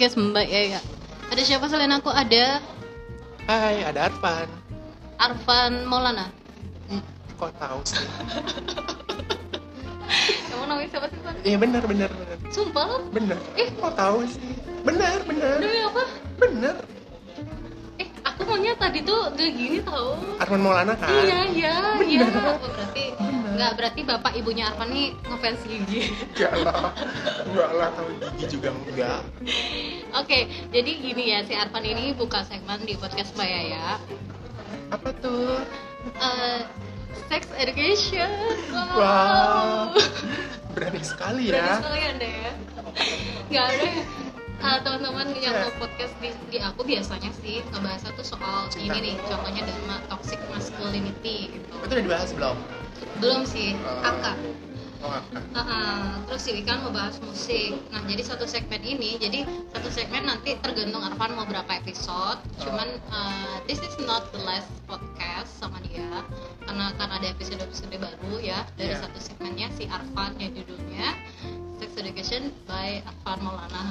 podcast Mbak Yaya. Ada siapa selain aku? Ada Hai, ada Arfan. Arfan Maulana. Kok tahu sih? Kamu namanya siapa sih, Pan? Iya benar. Sumpah lo? Benar. Kok tahu sih? Benar. Demi apa? Benar. Aku maunya tadi tuh gak gini tau. Arfan Maulana kan? Iya. Bener. Oh, berarti bapak ibunya Arfan nih ngefans Gigi. Enggak lah, tahu Gigi juga enggak. Oke, jadi gini ya, si Arfan ini buka segmen di podcast Mbak Yaya. Apa tuh? Sex education. Wow. Berani sekali Berani ya. sekali Anda ya. Gak ada ya. Teman-teman yang mau podcast di aku biasanya sih ngebahasnya tuh soal Cinta. ini nih, contohnya Dharma toxic masculinity gitu. Itu udah dibahas belum? Belum sih, Aka. Oh, Aka. Terus si Wikan mau bahas musik. Nah, jadi satu segmen nanti tergantung Arfan mau berapa episode. Cuman this is not the last podcast sama dia, karena akan ada episode baru ya dari satu segmennya si Arfan yang judulnya Sex Education by Arfan Maulana.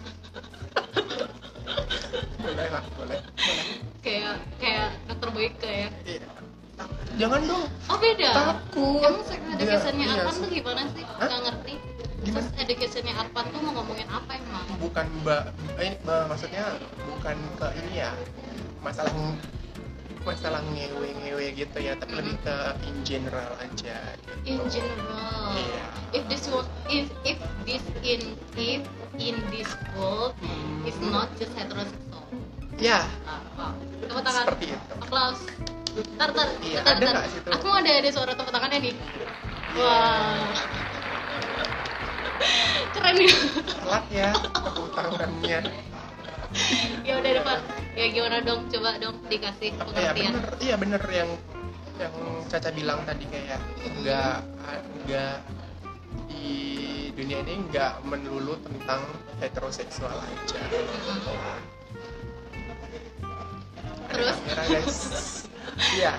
Boleh. Kayak dokter Boyke ya. Iya. Jangan dong. Oh beda. Takut. Emang sex education-nya Iya, Arfan tuh gimana sih? Hah? Nggak ngerti. Gimana? Sex education-nya Arfan tuh mau ngomongin apa emang? Bukan maksudnya bukan ke ini ya. Masalah ngewe gitu ya, tapi lebih ke in general aja gitu. In general. Iya. If this in this world is not just heterosexual. Ya, Tepuk tangan. seperti itu. Applause. Tar. Iya, bentar. ada nggak situ? Aku mau ada suara tepuk tangannya nih. Iya. Wah. Keren ya. Telat ya tepuk tangannya. Ya udah depan. Ya gimana dong? Coba dong dikasih pengertian. Iya bener yang Caca bilang tadi, kayak enggak di dunia ini enggak melulu tentang heteroseksual aja. Terus? Ada kamera, guys. Iya.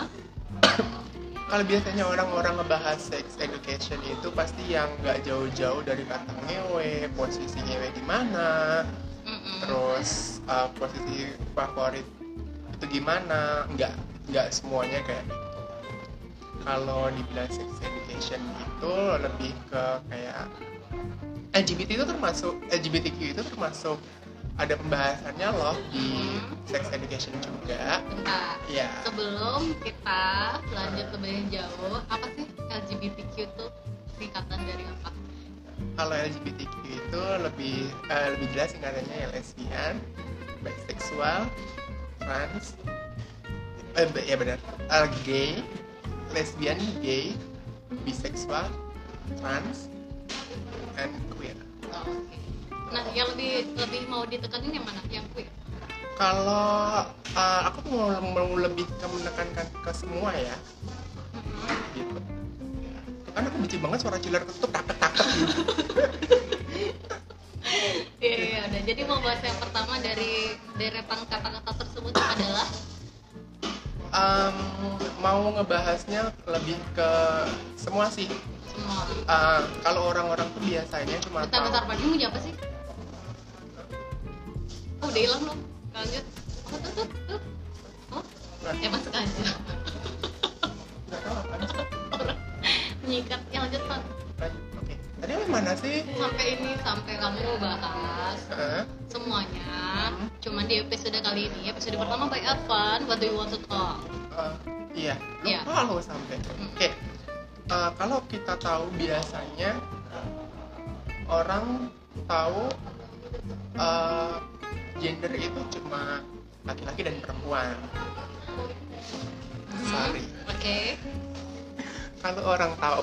Kalau biasanya orang-orang ngebahas sex education itu pasti yang nggak jauh-jauh dari kata ngewe, posisi ngewe di mana, terus posisi favorit itu gimana, nggak semuanya kayak gitu. Kalau dibilang sex education itu lebih ke kayak LGBTQ itu termasuk ada pembahasannya loh di sex education juga. Bentar. Ya. Sebelum kita lanjut lebih jauh, apa sih LGBTQ itu singkatan dari apa? Kalau LGBTQ itu lebih jelas singkatannya ya lesbian, bisexual, trans, ya benar, gay, lesbian, gay, bisexual, trans, and queer. Oh, oke. Nah, yang lebih mau ditekanin yang mana? Yang queer? Kalau aku mau lebih menekankan ke semua ya, gitu. Kan aku benci banget suara chiller ketuk takut gitu. Iya, udah. Jadi mau bahas yang pertama dari deretan kata-kata tersebut adalah mau ngebahasnya lebih ke semua sih. semua. Kalau orang-orang tuh biasanya cuma Bentar, Pak. Ini apa sih? Oh, udah hilang loh. Lanjut. Oh, tuh. Oh, emang sengaja. nggak tahu apa sih. Menyikat. Yang lanjut, Pak. Oke. Tadi mana sih? Sampai kamu bahas semuanya. Cuman di episode kali ini, episode pertama by Arfan, what do you want to talk? Iya. Iya. Lupa lo sampai. Oke. Kalau kita tahu biasanya orang tahu gender itu cuma laki-laki dan perempuan. Sorry. Oke. Kalau orang tahu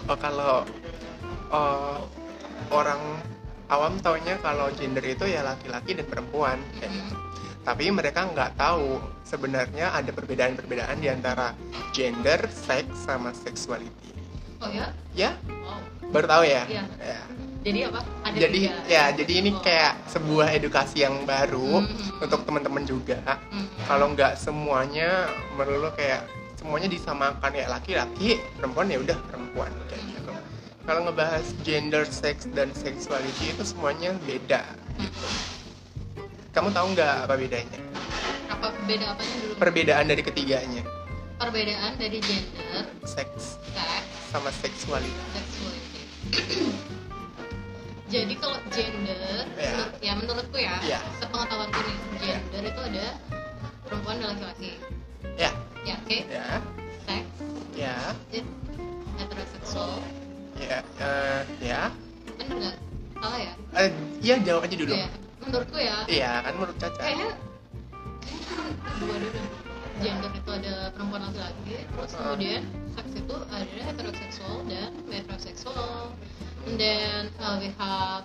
orang awam taunya kalau gender itu ya laki-laki dan perempuan kayak gitu. Tapi mereka nggak tahu sebenarnya ada perbedaan-perbedaan di antara gender, seks, sama sexuality. Oh ya? Ya? Wow. Baru tahu ya? Iya. Ya. Jadi apa? Ada Jadi tiga. ya, jadi ini kayak sebuah edukasi yang baru untuk teman-teman juga. Kalau nggak semuanya melulu kayak semuanya disamakan ya laki-laki, perempuan ya udah perempuan kayak gitu. Kalau ngebahas gender, seks dan sexuality itu semuanya beda gitu. Kamu tahu nggak apa bedanya? Apa beda apanya dulu? Perbedaan dari ketiganya. Perbedaan dari gender, Seks seks, sama seksualitas. sexuality. Jadi kalau gender, menurutku ya, sepengetahuanku nih, gender itu ada perempuan dan laki-laki. Ya. Ya, oke. Ya. Seks. Ya. It's heterosexual. Ya. Ya. Bener nggak? Salah ya? Iya, jawab aja dulu. Ya. Menurutku ya. Iya, kan menurut Caca. Kayaknya dua dulu. Gender itu ada perempuan laki-laki, terus kemudian seks itu ada heteroseksual dan metrosexual. And then we have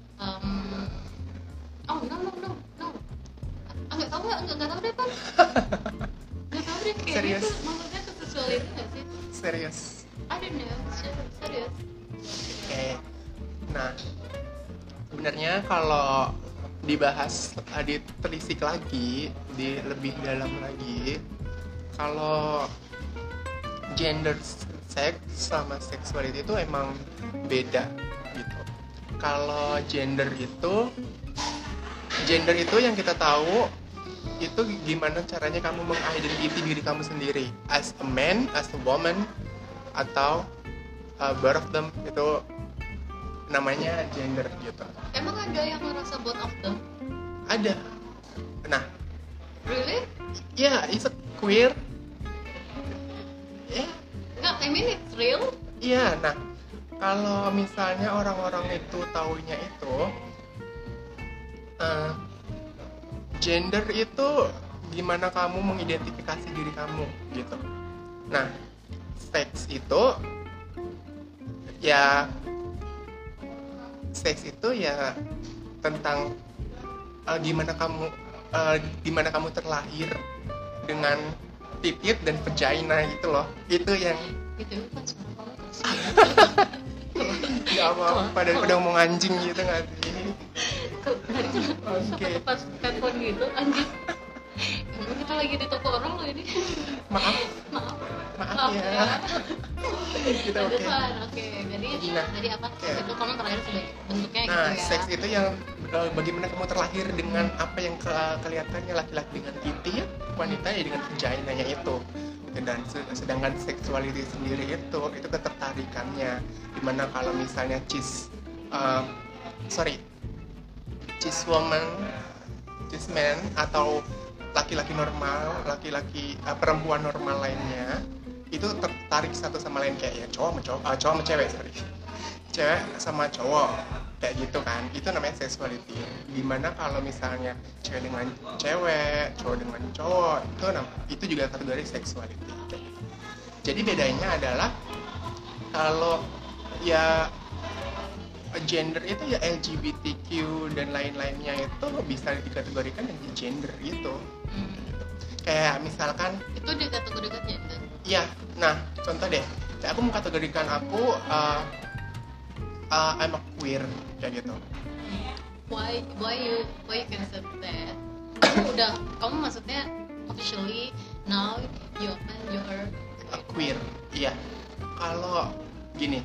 no. Nggak tahu deh Pan. Nggak tahu deh kayaknya Serius? itu maksudnya ke seksuality nggak sih? Serius. I don't know, serius. Oke. Nah, sebenarnya kalau dibahas, ditelisik lagi, lebih dalam lagi, kalau gender, seks sama seksuality itu emang beda gitu. Kalau gender itu yang kita tahu itu gimana caranya kamu mengidentifikasi diri kamu sendiri, as a man, as a woman, atau both of them, itu namanya gender gitu. Emang ada yang ngerasa both of them? Ada. Nah, Really? yeah, it's a queer. Yeah. Nggak, I mean it's real. Iya, nah kalau misalnya orang-orang itu taunya itu gender itu gimana kamu mengidentifikasi diri kamu gitu. Nah, seks itu ya tentang gimana kamu terlahir dengan titik dan vagina gitu loh. Itu yang Gitu kan suara kamu terus. nggak apa-apa daripada ngomong anjing gitu nggak sih? Dari sampai ke pas telepon gitu anjing. Emang kita lagi di toko orang loh ini. Maaf ya. Gitu, oke. Oke. Jadi apa? Itu kamu terakhir sebagai bentuknya Nah, gitu ya. seks itu yang bagaimana kamu terlahir dengan apa yang kelihatannya laki-laki dengan titik, wanita ya dengan vaginanya itu. Dan sedangkan seksuality sendiri itu ketertarikannya, dimana kalau misalnya cis woman, cis man, atau laki-laki normal, perempuan normal lainnya itu tertarik satu sama lain, kayak ya cowok sama cewek, cewek sama cowok kayak gitu kan, itu namanya sexuality. Gimana kalau misalnya cewek dengan cewek, cowok dengan cowok, itu juga kategori sexuality kayak gitu. Jadi bedanya adalah kalau ya gender itu ya LGBTQ dan lain-lainnya itu bisa dikategorikan dengan gender gitu. Kayak misalkan itu dikategorikan gender. Iya, nah contoh deh, aku mengkategorikan aku I'm a queer kayak gitu. Why you can say that? Kamu maksudnya officially now you are A queer, iya. Kalau gini,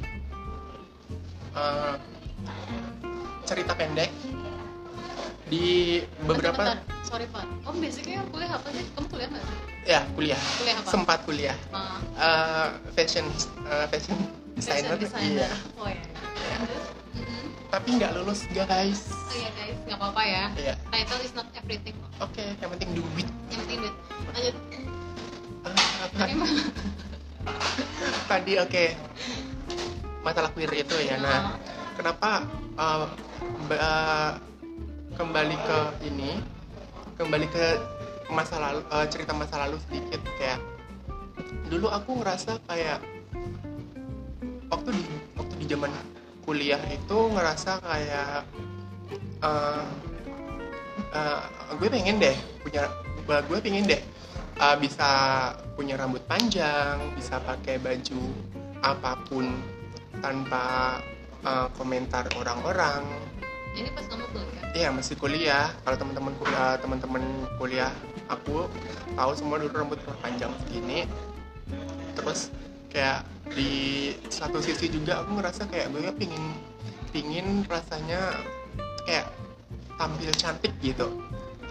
cerita pendek di beberapa. Sorry Pak, Om basicnya kuliah apa sih? Kamu kuliah nggak sih? Ya, kuliah. Kuliah apa? Sempat kuliah. Fashion designer. Iya. Oh ya. Tapi nggak lulus guys. Oh iya guys, nggak apa-apa ya. Iya. Title is not everything. Oke, yang penting duit. Yang penting duit. Lanjut. Tadi oke. Masalah queer itu ya. Nah, kenapa kembali ke masa lalu, cerita masa lalu sedikit. Kayak dulu aku ngerasa kayak waktu di zaman kuliah itu ngerasa kayak gue pengen deh bisa punya rambut panjang, bisa pakai baju apapun tanpa komentar orang-orang. Ini pas kamu kuliah? Iya, masih kuliah. Kalau teman-teman kuliah aku tahu semua dulu rambut panjang segini. Terus kayak di satu sisi juga aku ngerasa kayak gue pingin rasanya kayak tampil cantik gitu.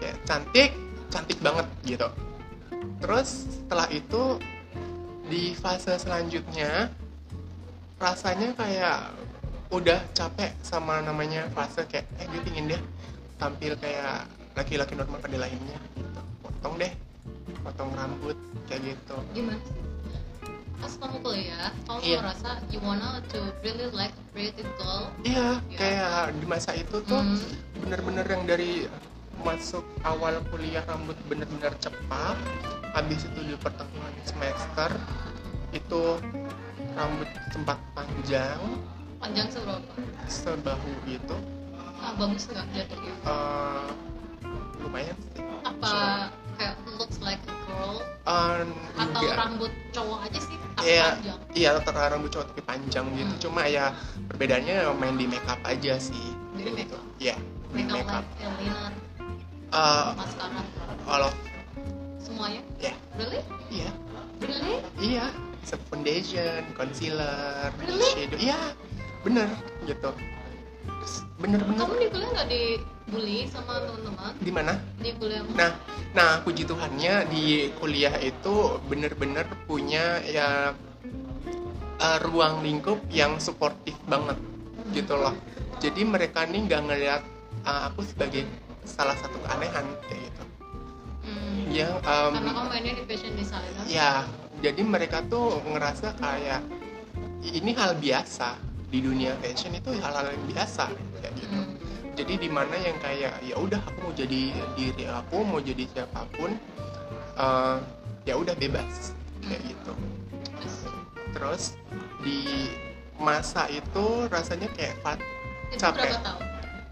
kayak cantik banget gitu. Terus setelah itu di fase selanjutnya rasanya kayak udah capek sama namanya fase kayak gue pingin deh tampil kayak laki-laki normal pada lainnya gitu. Potong rambut kayak gitu. Gimana sih pas kamu kuliah kamu merasa you wanna to really like a pretty girl? Iya, kayak di masa itu tuh bener-bener yang dari masuk awal kuliah rambut bener-bener cepat, habis itu di pertengahan semester itu rambut sempat panjang seberapa? Sebahu gitu. Bagus nggak jatuhnya? Lumayan sih. Apa kayak looks like a girl? Atau rambut cowok aja sih tapi panjang? Iya, rambut cowok tapi panjang gitu. Cuma ya perbedaannya main di makeup aja sih. Jadi makeup? Iya, di makeup. Like eyeliner, maskara, all of semuanya? Yeah. Really? Iya. Really? Iya, foundation, concealer, really? shadow. Iya, bener gitu. Bener-bener. Kamu di kuliah nggak dibully sama teman-teman? Di mana? Di kuliah. Nah, puji Tuhannya di kuliah itu bener-bener punya ya ruang lingkup yang suportif banget gitu loh. Jadi mereka nih nggak ngeliat aku sebagai salah satu keanehan kayak gitu. Yang karena kamu mainnya di fashion designer. Ya, jadi mereka tuh ngerasa kayak ini hal biasa di dunia fashion, itu hal-hal yang biasa kayak gitu. Jadi di mana yang kayak ya udah aku mau jadi diri aku, mau jadi siapapun, ya udah bebas kayak gitu. Terus di masa itu rasanya kayak itu capek. berapa tahun?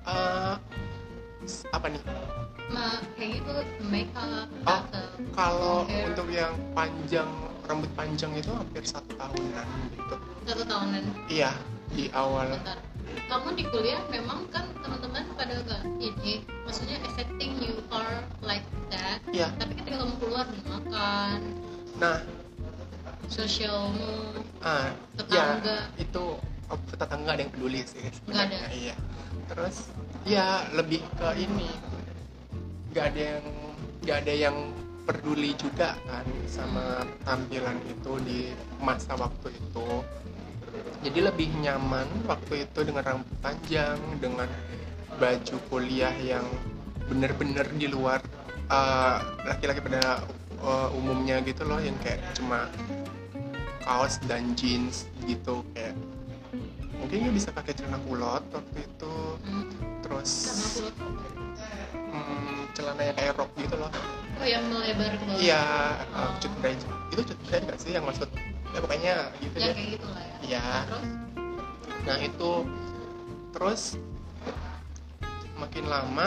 Apa nih? Kayak gitu makeup. Kalau untuk yang panjang, rambut panjang itu hampir 1 tahunan gitu. 1 tahunan? Iya, di awal. Bentar. Kamu di kuliah memang kan teman-teman pada gak ini, maksudnya accepting you are like that. Iya. Tapi ketika kamu keluar makan, sosialmu, tetangga. Ya, itu tetangga ada yang peduli sih sebenarnya. Nggak ada. Iya. Terus ya lebih ke ini, nggak ada yang peduli juga kan sama tampilan itu di masa waktu itu. Jadi lebih nyaman waktu itu dengan rambut panjang, dengan baju kuliah yang bener-bener di luar laki-laki pada umumnya gitu loh, yang kayak cuma kaos dan jeans gitu, kayak mungkin nggak bisa pakai celana kulot waktu itu. Terus celana yang kayak rok gitu loh. Oh, yang melebar ke bawah. Iya, cut bray. Itu cut bray nggak sih yang maksud? Ya pokoknya gitu ya, deh. Kayak gitu lah ya. Iya. Nah itu terus makin lama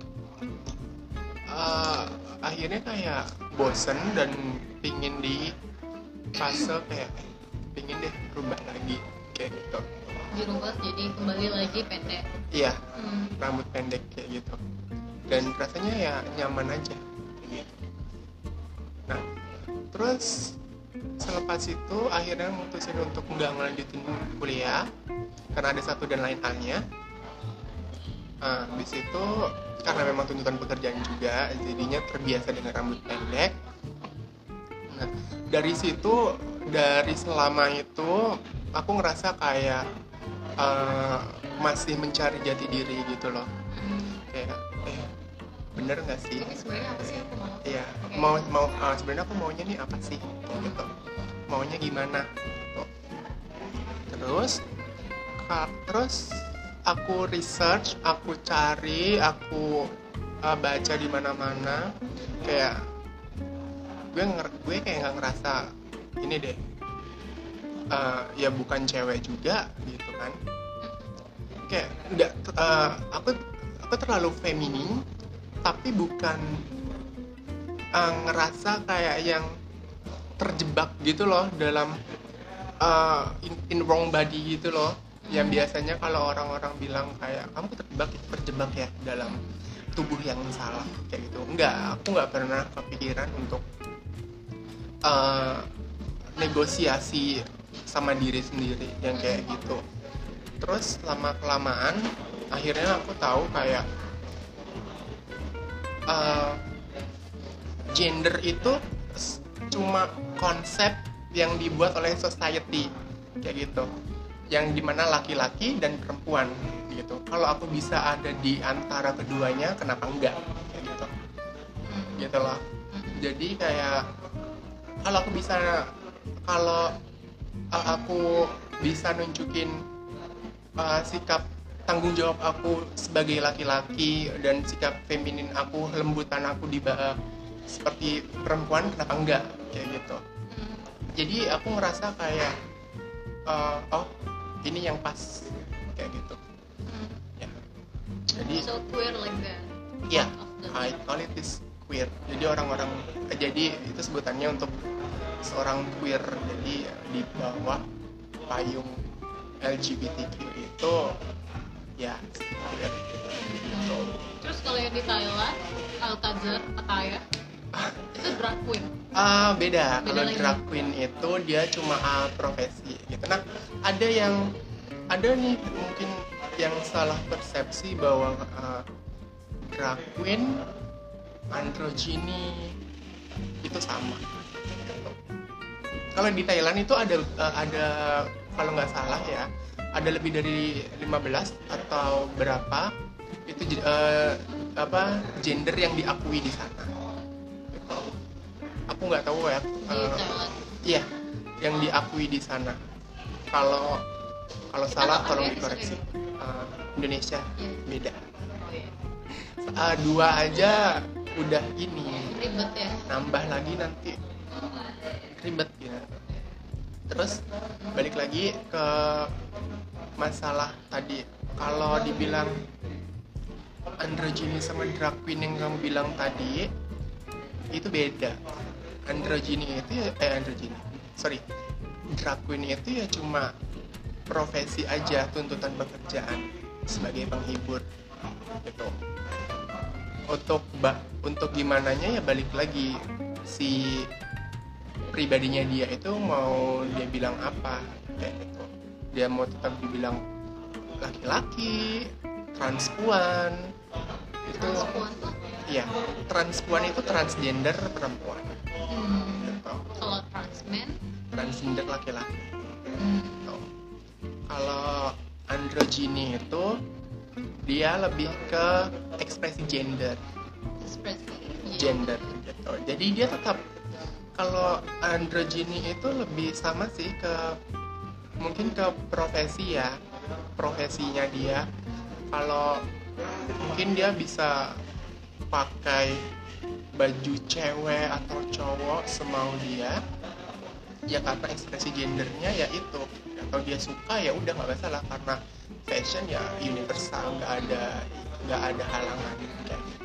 akhirnya kayak bosen dan pingin di fase kayak pingin deh rubah lagi kayak gitu. Dirubah jadi kembali lagi pendek. Iya, rambut pendek kayak gitu. Dan rasanya ya nyaman aja gitu. Nah terus selepas itu akhirnya mutusin untuk nggak ngelanjutin kuliah karena ada satu dan lain halnya. Habis itu karena memang tuntutan pekerjaan juga, jadinya terbiasa dengan rambut pendek. Nah dari situ, dari selama itu aku ngerasa kayak masih mencari jati diri gitu loh. Kayak bener nggak sih? Ini sebenarnya apa sih aku mau? Iya, sebenarnya aku maunya nih apa sih? Gitu. Maunya gimana? Gitu. Terus aku research, aku cari, aku baca di mana-mana. Kayak gue kayak nggak ngerasa ini deh. Ya bukan cewek juga gitu kan? Kayak nggak. Aku terlalu feminin. Tapi bukan ngerasa kayak yang terjebak gitu loh dalam in wrong body gitu loh. Yang biasanya kalau orang-orang bilang kayak kamu terjebak ya dalam tubuh yang salah kayak gitu. Enggak, aku nggak pernah kepikiran untuk negosiasi sama diri sendiri yang kayak gitu. Terus lama-kelamaan akhirnya aku tahu kayak uh, gender itu cuma konsep yang dibuat oleh society kayak gitu, yang dimana laki-laki dan perempuan gitu. Kalau aku bisa ada di antara keduanya, kenapa enggak kayak gitu, gitu loh. Jadi kayak kalau aku bisa nunjukin sikap tanggung jawab aku sebagai laki-laki dan sikap feminin aku, lembutan aku seperti perempuan, kenapa enggak kayak gitu. Jadi aku ngerasa kayak oh ini yang pas kayak gitu. Ya. Jadi so queer like that. Ya, I call it is queer. Jadi itu sebutannya untuk seorang queer. Jadi di bawah payung LGBTQ itu ya queer. Terus kalau yang di Thailand, Alcazar, Pattaya, itu drag queen. Beda. Kalau lagi. Drag queen itu dia cuma profesi gitu. Nah, ada nih mungkin yang salah persepsi bahwa drag queen, androgyny itu sama. Kalau di Thailand itu ada kalau nggak salah ya, ada lebih dari 15 atau berapa itu gender yang diakui di sana. Gitu. Aku nggak tahu ya. Iya, yang diakui di sana. Kalau salah tolong dikoreksi. Indonesia beda. Dua aja udah ini Ribet ya. nambah lagi nanti ribet gitu. Terus balik lagi ke masalah tadi, kalau dibilang androgyny sama drag queen yang kamu bilang tadi itu beda. Drag queen itu ya cuma profesi aja, tuntutan pekerjaan sebagai penghibur gitu. Untuk gimananya ya balik lagi si pribadinya dia itu mau dia bilang apa kayak gitu. Dia mau tetap dibilang laki-laki, transpuan itu. Transpuan tuh? Iya, transpuan itu transgender perempuan. Gitu. Kalau transmen? Transgender laki-laki. Gitu. Kalau androgyny itu dia lebih ke ekspresi gender gitu. Jadi dia tetap, kalau androgyny itu lebih sama sih mungkin ke profesi ya, profesinya dia. Kalau mungkin dia bisa pakai baju cewek atau cowok semau dia ya, karena ekspresi gendernya ya itu. Atau dia suka ya udah nggak masalah, karena fashion ya universal, nggak ada halangan kayak gitu.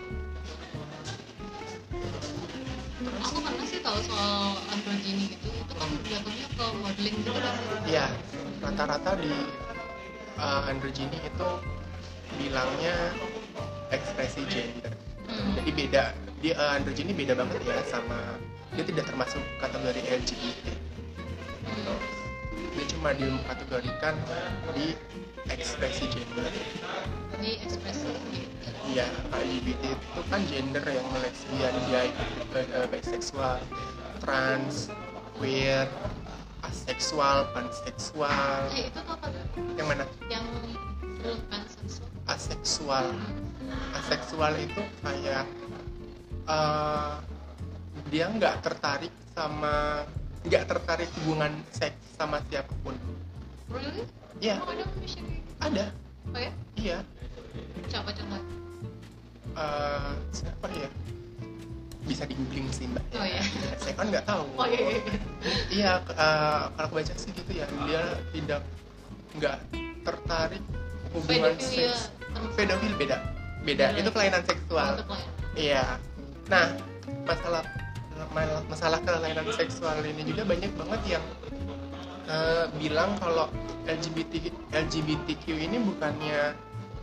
Aku pernah sih tahu soal androgyny gitu, itu kan jatuhnya ke modeling gitu kan? Iya, rata-rata di androgyny itu bilangnya ekspresi gender. Jadi beda, dia androgyny beda banget ya sama, dia tidak termasuk kategori LGBT. Dia cuma dikategorikan di ekspresi gender. Di ekspresi Iya, LGBT itu kan gender yang lesbian, dia biseksual, trans, queer, aseksual, panseksual. itu tuh apa? Yang mana? Yang belum panseksual. Aseksual itu kayak dia nggak tertarik hubungan seks sama siapapun. Really? Iya. Ada manusia kayak gitu? Ada. Oh ya? Iya. Coba contoh. Siapa ya? Bisa di googling sih mbak. Oh ya. Saya kan nggak tahu. Oh iya. Iya, kalau aku baca sih gitu ya, dia nggak tertarik hubungan Pedofilia. seks. Pedofil beda. Itu kelainan seksual. Untuk lain. Iya. Nah, masalah kelainan seksual ini juga banyak banget yang bilang kalau LGBTQ ini bukannya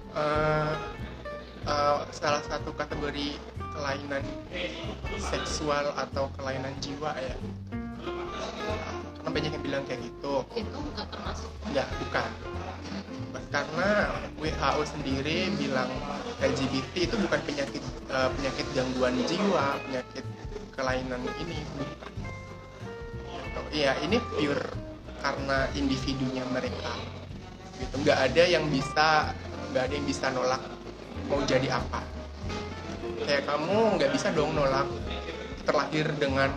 salah satu kategori kelainan seksual atau kelainan jiwa ya. kan banyak yang bilang kayak gitu. Itu nggak termasuk. Bukan. Karena WHO sendiri bilang LGBT itu bukan penyakit gangguan jiwa, penyakit kelainan ini bukan. Iya, ini pure karena individunya mereka. Gitu. Nggak ada yang bisa nolak mau jadi apa. Kayak kamu nggak bisa dong nolak terlahir dengan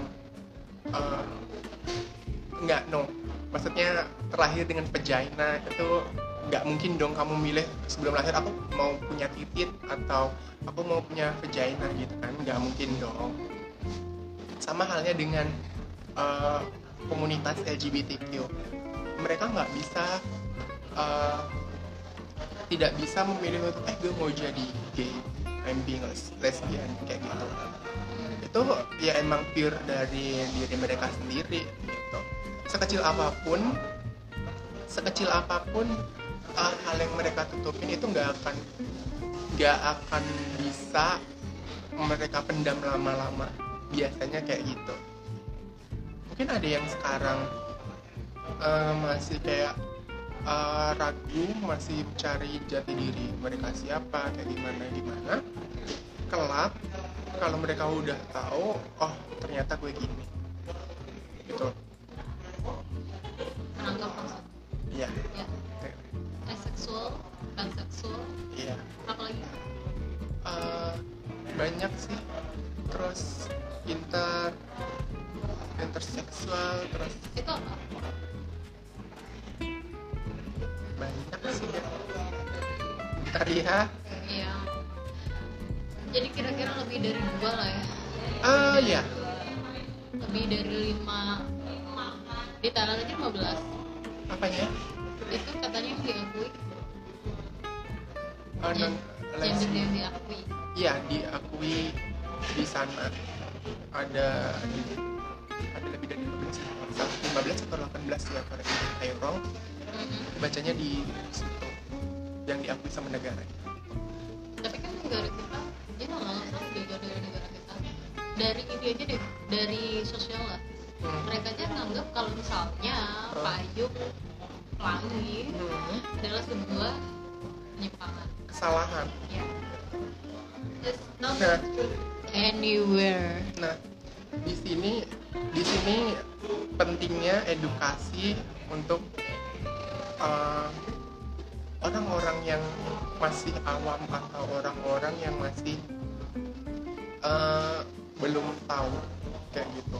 maksudnya terlahir dengan vagina, itu nggak mungkin dong kamu milih sebelum lahir aku mau punya titit atau aku mau punya vagina gitu kan, nggak mungkin dong. Sama halnya dengan komunitas LGBTQ, mereka nggak bisa tidak bisa memilih untuk gue mau jadi gay, I'm being lesbian kayak gitu. Itu ya emang pure dari diri mereka sendiri gitu. Sekecil apapun hal yang mereka tutupin itu nggak akan bisa mereka pendam lama-lama, biasanya kayak gitu. Mungkin ada yang sekarang masih kayak ragu, masih mencari jati diri mereka siapa, kayak gimana. Kelak kalau mereka udah tahu, oh ternyata gue gini gitu. Menangkap maksud. Iya. Ya. Aseksual, panseksual. Iya. Apa lagi? Banyak sih. Terus interseksual, terus Itu apa? banyak sih ya. Bentar ya. Iya. Jadi kira-kira lebih dari 2 lah ya. Iya. Lebih dari 5. Di Thailand aja 15. Apanya? Itu katanya yang diakui. Non Gender yang diakui. Iya, diakui di sana. Ada lebih dari 15 atau 18 ya, kalau saya wrong. Bacanya di situ yang diakui sama negara. Tapi kan negara kita, dia nggak salah juga dari negara kita. Dari ini aja deh, dari sosial lah. Mereka aja nganggap kalau misalnya payung pelangi adalah sebuah penyimpangan, Kesalahan. ya. It's not Nah. true anywhere. Nah, di sini pentingnya edukasi untuk orang-orang yang masih awam atau orang-orang yang masih belum tahu kayak gitu.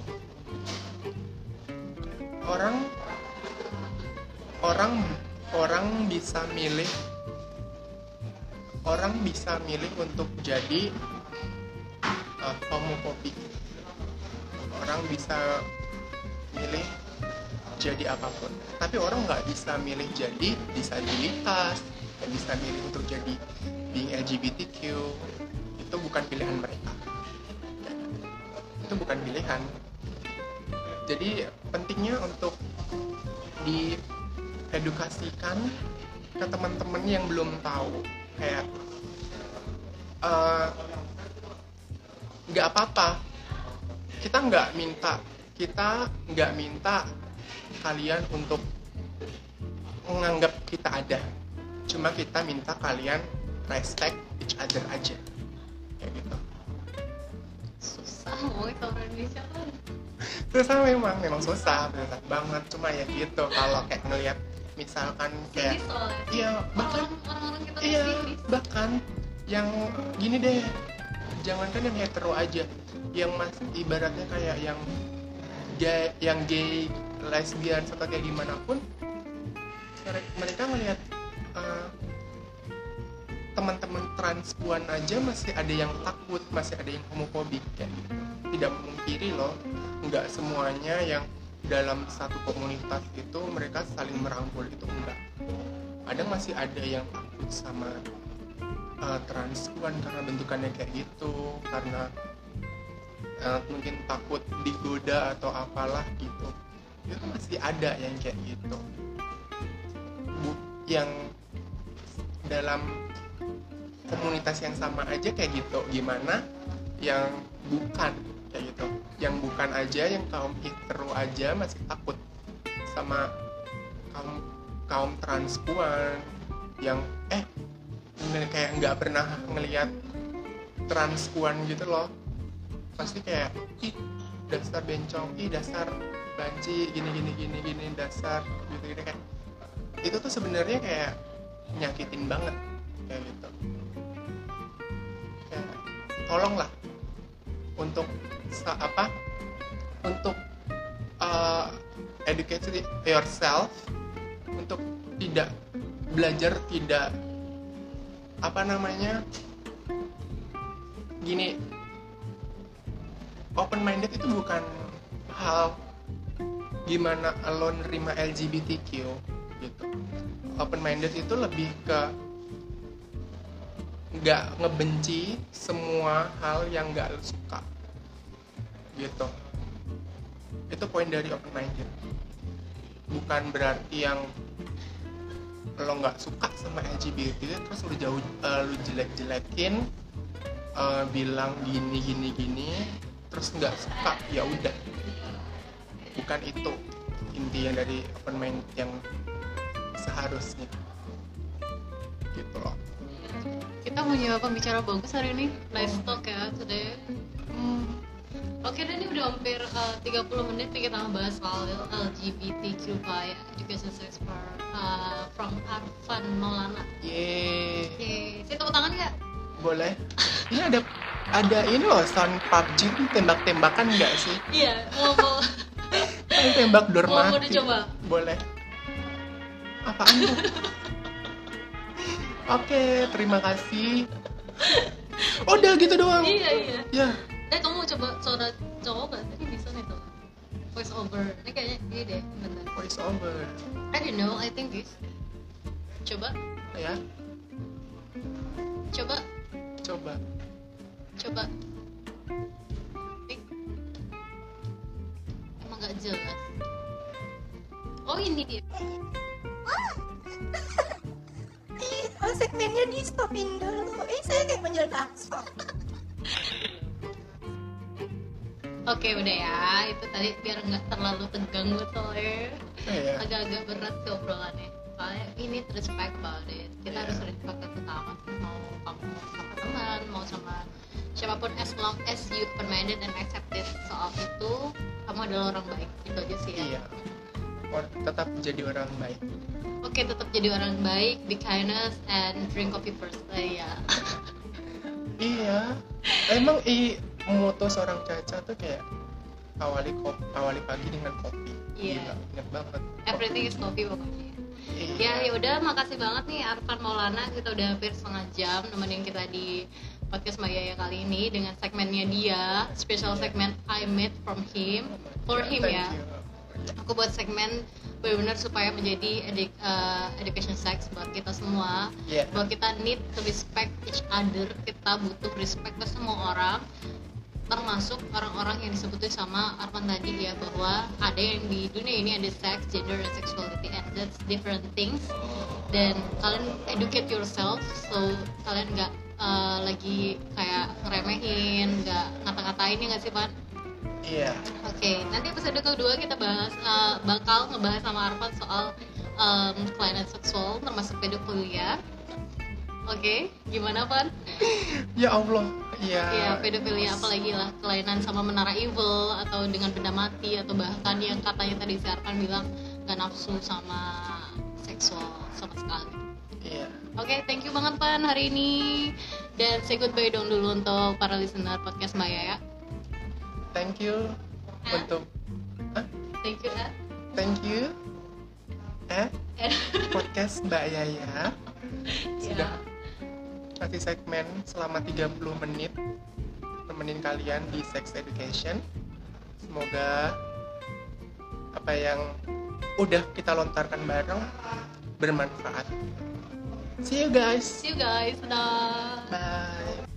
Orang bisa milih untuk jadi homofobik. Orang bisa milih jadi apapun, tapi orang nggak bisa milih jadi disabilitas, nggak bisa milih untuk jadi being LGBTQ. Itu bukan pilihan mereka, itu bukan pilihan. Jadi pentingnya untuk diedukasikan ke teman-teman yang belum tahu, kayak nggak apa-apa, kita nggak minta kalian untuk menganggap kita ada, cuma kita minta kalian respect each other aja, kayak gitu. Susah ngomongin sama Indonesia kan. Susah, memang susah banget, cuma ya gitu. Kalau kayak ngeliat misalkan kayak Sinis soalnya. iya, bahkan orang-orang kita iya, sinis. bahkan yang gini deh, jangankan yang hetero aja, yang masih ibaratnya kayak yang gay, lesbian atau kayak gimana pun, mereka melihat teman-teman transpuan aja masih ada yang takut, masih ada yang homofobik kayak gitu. Tidak memungkiri loh, nggak semuanya yang dalam satu komunitas itu mereka saling merangkul, itu enggak. Kadang masih ada yang takut sama transpuan karena bentukannya kayak gitu, karena mungkin takut digoda atau apalah gitu. Itu masih ada yang kayak gitu. Yang dalam komunitas yang sama aja kayak gitu, gimana yang bukan kayak gitu, yang bukan aja, yang kaum hetero aja masih takut sama kaum kaum transpuan yang kayak nggak pernah ngelihat transpuan gitu loh, pasti kayak ih dasar bencong, ih dasar banci, gini dasar gitu kayak itu tuh sebenarnya kayak nyakitin banget kayak gitu. Kayak tolonglah untuk untuk educate yourself, untuk tidak belajar, tidak gini, open minded itu bukan hal gimana lo nerima LGBTQ gitu. Open minded itu lebih ke nggak ngebenci semua hal yang nggak lo suka gitu. Itu poin dari open minded. Bukan berarti yang lo nggak suka sama LGBT terus lu jelek-jelekin, bilang gini terus nggak suka, ya udah. Bukan itu intinya dari open mind yang seharusnya gitu loh. Kita punya pembicara bagus hari ini, nice talk ya today. Oke, dan ini udah hampir 30 menit nih kita ngebahas soal LGBTQ by Education Sex from Arfan Maulana. Yeay. Saya tepuk tangan nggak? Boleh. Ini ada ini loh, sound PUBG tembak-tembakan nggak sih? Iya, mau Tembak door mati. Mau dicoba? Boleh. Apaan tuh? Oke, terima kasih. Oh, udah gitu doang. Iya. Ya. Kamu coba suara cowok nggak? Tadi bisa nih tuh. Voice over. Ini kayaknya ini deh, bentar. Voice over. I don't know, I think this. Coba. Ya. Coba. Emang nggak jelas. Oh, ini dia. Segmennya di stopin dulu. Saya kayak menjelang aspal. Oke, udah ya. Itu tadi biar nggak terlalu tegang soalnya. Iya. Agak-agak berat sih obrolannya. Soalnya ini respect about it. Kita Iya. harus respect ke utama. Mau kamu sama teman, mau sama siapapun, as long as you open minded and accepted soal itu, kamu adalah orang baik. Itu aja sih ya. Iya. Tetap jadi orang baik. Oke, tetap jadi orang baik, be kindness and drink coffee first. Iya. Iya. Emang moto seorang Caca tuh kayak awali pagi dengan kopi. Iya. Gila, ingat banget. Everything is coffee pokoknya. Iya. Ya udah, makasih banget nih Arfan Maulana, kita udah hampir setengah jam nemenin kita di podcast Mbak Yaya kali ini dengan segmennya dia, special segmen I made from him for him Thank ya. you. Aku buat segmen benar-benar supaya menjadi education sex buat kita semua. Yeah. Bahwa kita need to respect each other, kita butuh respect ke semua orang, termasuk orang-orang yang disebutin sama Arfan tadi ya, bahwa ada yang di dunia ini ada sex, gender, and sexuality, and that's different things. Dan kalian educate yourself, so kalian nggak lagi kayak ngeremehin, nggak ngata-ngatain, ya nggak sih Pan? Iya. Oke, nanti episode kedua kita bakal ngebahas sama Arfan soal kelainan seksual termasuk pedofilia. Oke, gimana Pan? Ya Allah. Ya, Iya. pedofilia apalagi lah, kelainan sama menara evil atau dengan benda mati, atau bahkan yang katanya tadi si Arfan bilang gak nafsu sama seksual sama sekali. Iya. Oke, thank you banget Pan hari ini. Dan say goodbye dong dulu untuk para listener podcast Mbak Yaya. Thank you untuk Thank you ya. thank you podcast Mbak Yaya sudah kasih segmen selama 30 menit nemenin kalian di sex education. Semoga apa yang udah kita lontarkan bareng bermanfaat. See you guys. Dah. Bye.